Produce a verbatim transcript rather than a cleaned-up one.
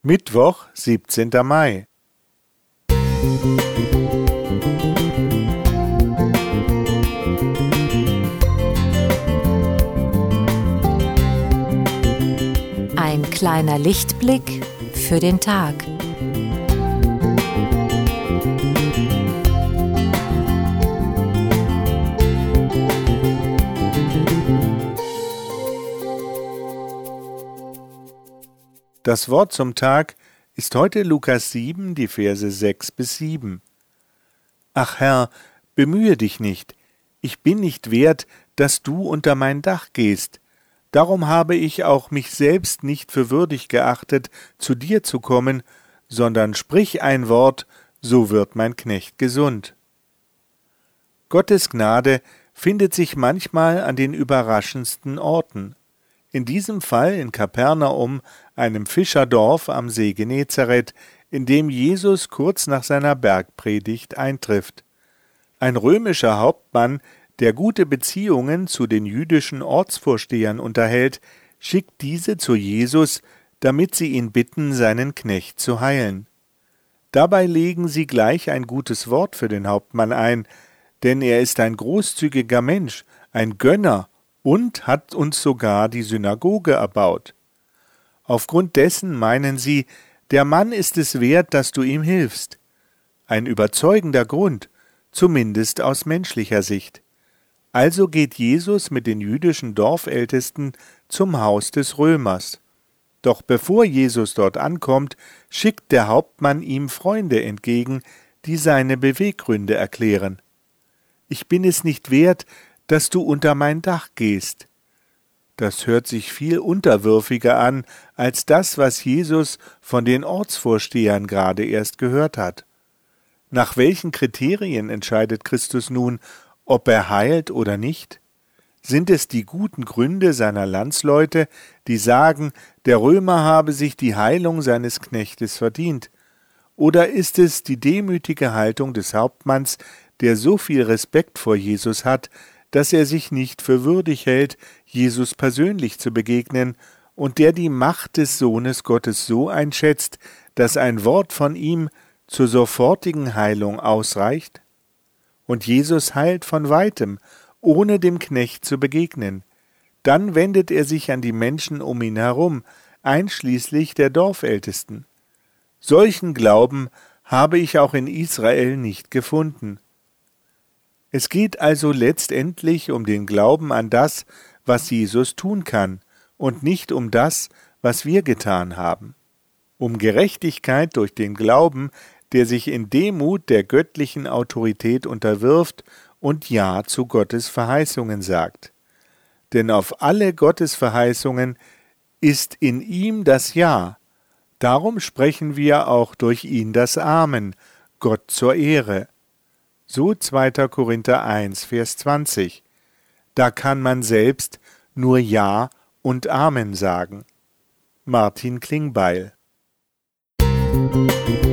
Mittwoch, siebzehnter Mai. Ein kleiner Lichtblick für den Tag. Das Wort zum Tag ist heute Lukas sieben, die Verse sechs bis sieben. Ach Herr, bemühe dich nicht, ich bin nicht wert, dass du unter mein Dach gehst. Darum habe ich auch mich selbst nicht für würdig geachtet, zu dir zu kommen, sondern sprich ein Wort, so wird mein Knecht gesund. Gottes Gnade findet sich manchmal an den überraschendsten Orten. In diesem Fall in Kapernaum, einem Fischerdorf am See Genezareth, in dem Jesus kurz nach seiner Bergpredigt eintrifft. Ein römischer Hauptmann, der gute Beziehungen zu den jüdischen Ortsvorstehern unterhält, schickt diese zu Jesus, damit sie ihn bitten, seinen Knecht zu heilen. Dabei legen sie gleich ein gutes Wort für den Hauptmann ein, denn er ist ein großzügiger Mensch, ein Gönner und hat uns sogar die Synagoge erbaut. Aufgrund dessen meinen sie, der Mann ist es wert, dass du ihm hilfst. Ein überzeugender Grund, zumindest aus menschlicher Sicht. Also geht Jesus mit den jüdischen Dorfältesten zum Haus des Römers. Doch bevor Jesus dort ankommt, schickt der Hauptmann ihm Freunde entgegen, die seine Beweggründe erklären. Ich bin es nicht wert, dass du unter mein Dach gehst. Das hört sich viel unterwürfiger an, als das, was Jesus von den Ortsvorstehern gerade erst gehört hat. Nach welchen Kriterien entscheidet Christus nun, ob er heilt oder nicht? Sind es die guten Gründe seiner Landsleute, die sagen, der Römer habe sich die Heilung seines Knechtes verdient? Oder ist es die demütige Haltung des Hauptmanns, der so viel Respekt vor Jesus hat, dass er sich nicht für würdig hält, Jesus persönlich zu begegnen und der die Macht des Sohnes Gottes so einschätzt, dass ein Wort von ihm zur sofortigen Heilung ausreicht? Und Jesus heilt von weitem, ohne dem Knecht zu begegnen. Dann wendet er sich an die Menschen um ihn herum, einschließlich der Dorfältesten. Solchen Glauben habe ich auch in Israel nicht gefunden. Es geht also letztendlich um den Glauben an das, was Jesus tun kann, und nicht um das, was wir getan haben. Um Gerechtigkeit durch den Glauben, der sich in Demut der göttlichen Autorität unterwirft und Ja zu Gottes Verheißungen sagt. Denn auf alle Gottes Verheißungen ist in ihm das Ja. Darum sprechen wir auch durch ihn das Amen, Gott zur Ehre. So zweiter Korinther eins, Vers zwanzig. Da kann man selbst nur Ja und Amen sagen. Martin Klingbeil.